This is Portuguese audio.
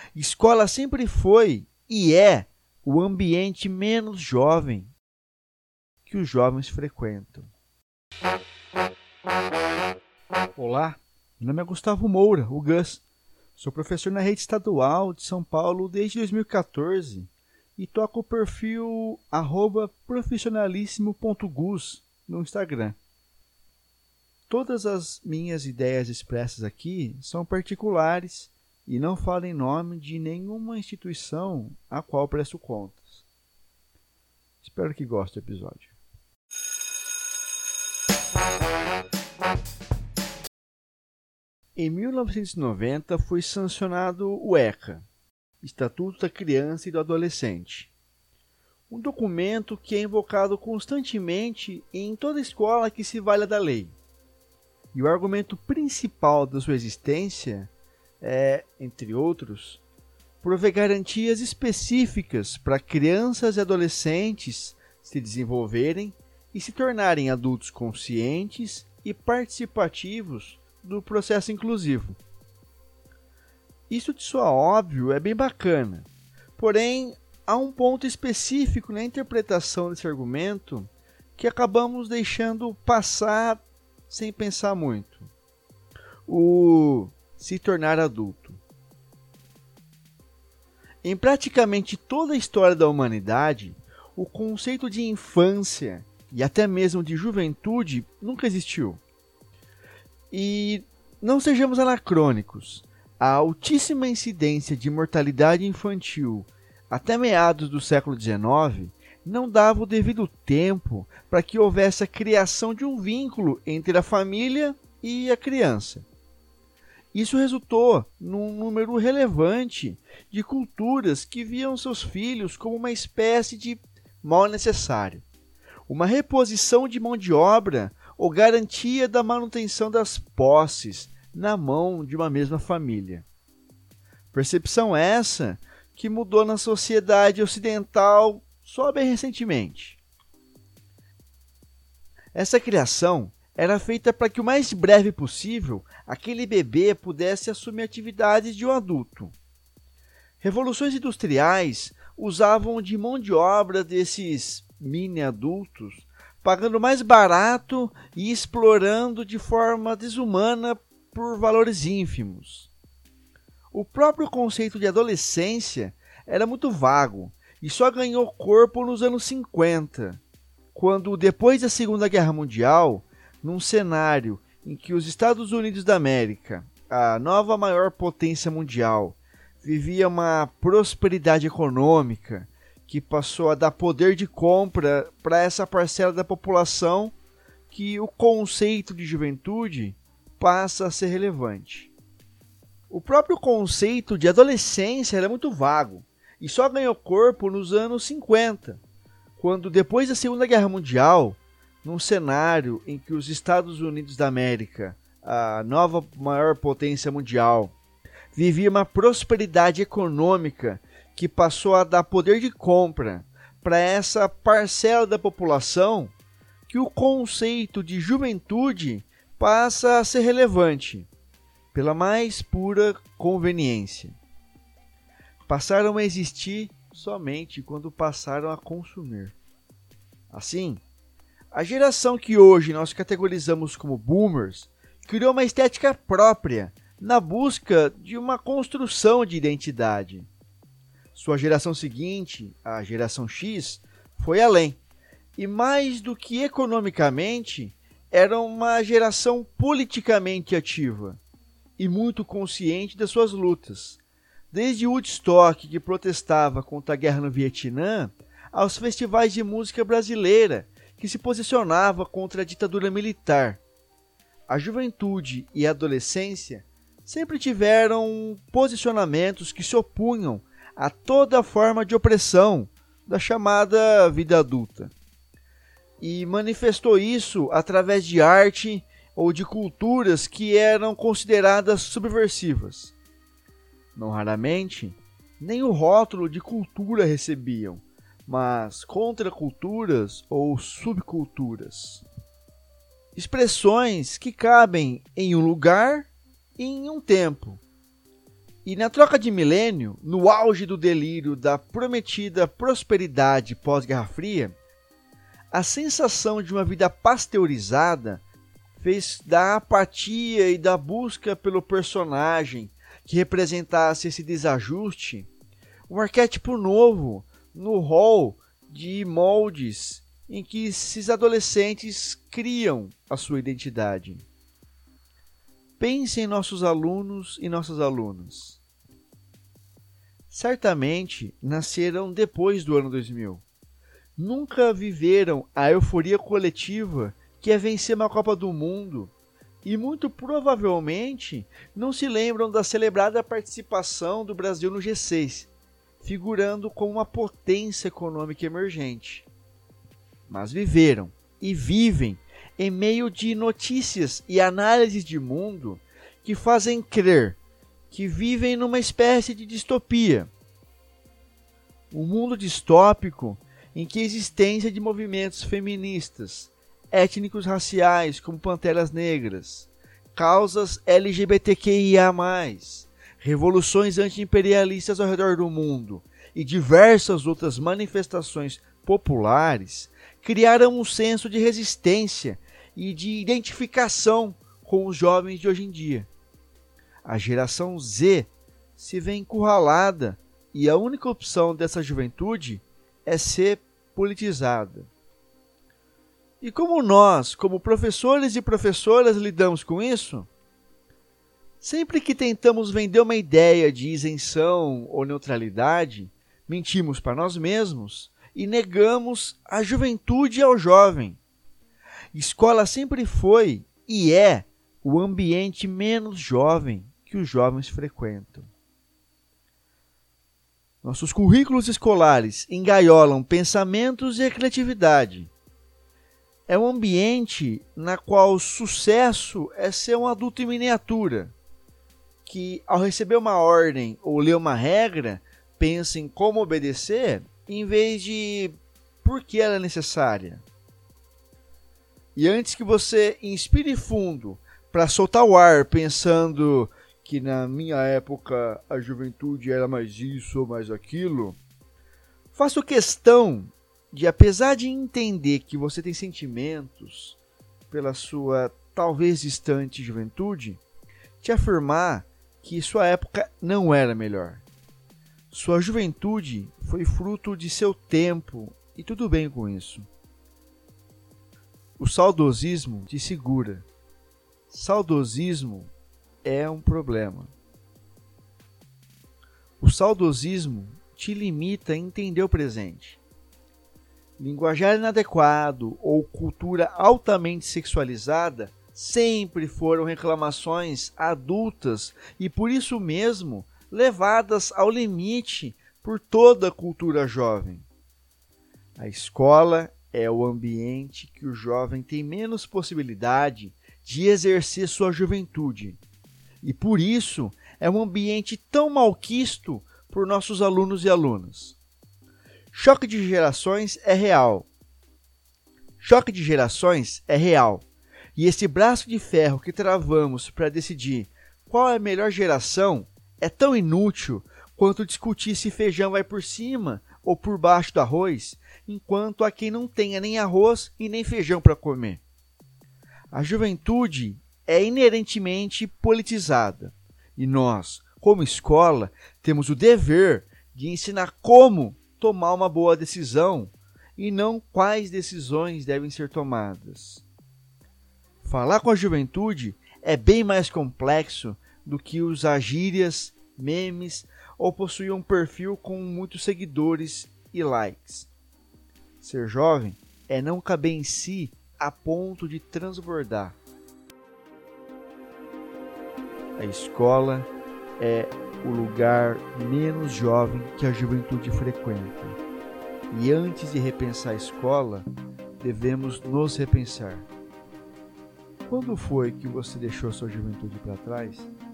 Escola sempre foi e é o ambiente menos jovem que os jovens frequentam. Olá, meu nome é Gustavo Moura, o Gus. Sou professor na rede estadual de São Paulo desde 2014 e toco o perfil @profissionalissimo.gus no Instagram. Todas as minhas ideias expressas aqui são particulares e não falo em nome de nenhuma instituição a qual presto contas. Espero que goste do episódio. Em 1990 foi sancionado o ECA, Estatuto da Criança e do Adolescente, um documento que é invocado constantemente em toda escola que se valha da lei. E o argumento principal da sua existência é, entre outros, prover garantias específicas para crianças e adolescentes se desenvolverem e se tornarem adultos conscientes e participativos do processo inclusivo. Isso de soa óbvio é bem bacana, porém há um ponto específico na interpretação desse argumento que acabamos deixando passar sem pensar muito: o se tornar adulto. Em praticamente toda a história da humanidade, o conceito de infância e até mesmo de juventude nunca existiu. E não sejamos anacrônicos, a altíssima incidência de mortalidade infantil até meados do século XIX não dava o devido tempo para que houvesse a criação de um vínculo entre a família e a criança. Isso resultou num número relevante de culturas que viam seus filhos como uma espécie de mal necessário, uma reposição de mão de obra ou garantia da manutenção das posses na mão de uma mesma família. Percepção essa que mudou na sociedade ocidental só bem recentemente. Essa criação era feita para que o mais breve possível aquele bebê pudesse assumir atividades de um adulto. Revoluções industriais usavam de mão de obra desses mini-adultos, pagando mais barato e explorando de forma desumana por valores ínfimos. O próprio conceito de adolescência era muito vago e só ganhou corpo nos anos 50, quando, depois da Segunda Guerra Mundial, num cenário em que os Estados Unidos da América, a nova maior potência mundial, vivia uma prosperidade econômica que passou a dar poder de compra para essa parcela da população, que o conceito de juventude passa a ser relevante. O próprio conceito de adolescência era muito vago e só ganhou corpo nos anos 50, quando, depois da Segunda Guerra Mundial, num cenário em que os Estados Unidos da América, a nova maior potência mundial, vivia uma prosperidade econômica que passou a dar poder de compra para essa parcela da população, que o conceito de juventude passa a ser relevante, pela mais pura conveniência. Passaram a existir somente quando passaram a consumir. Assim, a geração que hoje nós categorizamos como boomers criou uma estética própria na busca de uma construção de identidade. Sua geração seguinte, a geração X, foi além. E mais do que economicamente, era uma geração politicamente ativa e muito consciente das suas lutas. Desde Woodstock, que protestava contra a guerra no Vietnã, aos festivais de música brasileira, que se posicionava contra a ditadura militar. A juventude e a adolescência sempre tiveram posicionamentos que se opunham a toda forma de opressão da chamada vida adulta. E manifestou isso através de arte ou de culturas que eram consideradas subversivas. Não raramente, nem o rótulo de cultura recebiam, mas contraculturas ou subculturas. Expressões que cabem em um lugar e em um tempo. E na troca de milênio, no auge do delírio da prometida prosperidade pós-Guerra Fria, a sensação de uma vida pasteurizada fez da apatia e da busca pelo personagem que representasse esse desajuste um arquétipo novo no rol de moldes em que esses adolescentes criam a sua identidade. Pense em nossos alunos e nossas alunas. Certamente nasceram depois do ano 2000. Nunca viveram a euforia coletiva que é vencer uma Copa do Mundo e muito provavelmente não se lembram da celebrada participação do Brasil no G6, figurando como uma potência econômica emergente. Mas viveram e vivem em meio de notícias e análises de mundo que fazem crer que vivem numa espécie de distopia. Um mundo distópico em que a existência de movimentos feministas, étnicos raciais como Panteras Negras, causas LGBTQIA+, revoluções anti-imperialistas ao redor do mundo e diversas outras manifestações populares criaram um senso de resistência e de identificação com os jovens de hoje em dia. A geração Z se vê encurralada e a única opção dessa juventude é ser politizada. E como nós, como professores e professoras, lidamos com isso? Sempre que tentamos vender uma ideia de isenção ou neutralidade, mentimos para nós mesmos e negamos a juventude ao jovem. Escola sempre foi e é o ambiente menos jovem que os jovens frequentam. Nossos currículos escolares engaiolam pensamentos e a criatividade. É um ambiente na qual o sucesso é ser um adulto em miniatura, que ao receber uma ordem ou ler uma regra, pensa em como obedecer, em vez de por que ela é necessária. E antes que você inspire fundo para soltar o ar pensando que na minha época a juventude era mais isso ou mais aquilo, faço questão de, apesar de entender que você tem sentimentos pela sua talvez distante juventude, te afirmar que sua época não era melhor. Sua juventude foi fruto de seu tempo e tudo bem com isso. O saudosismo te segura. Saudosismo é um problema. O saudosismo te limita a entender o presente. Linguajar inadequado ou cultura altamente sexualizada sempre foram reclamações adultas e por isso mesmo levadas ao limite por toda a cultura jovem. A escola é o ambiente que o jovem tem menos possibilidade de exercer sua juventude. E por isso é um ambiente tão malquisto por nossos alunos e alunas. Choque de gerações é real. Choque de gerações é real. E esse braço de ferro que travamos para decidir qual é a melhor geração é tão inútil quanto discutir se feijão vai por cima ou por baixo do arroz, enquanto há quem não tenha nem arroz e nem feijão para comer. A juventude é inerentemente politizada e nós, como escola, temos o dever de ensinar como tomar uma boa decisão e não quais decisões devem ser tomadas. Falar com a juventude é bem mais complexo do que usar gírias, memes ou possuir um perfil com muitos seguidores e likes. Ser jovem é não caber em si a ponto de transbordar. A escola é o lugar menos jovem que a juventude frequenta. E antes de repensar a escola, devemos nos repensar. Quando foi que você deixou sua juventude para trás?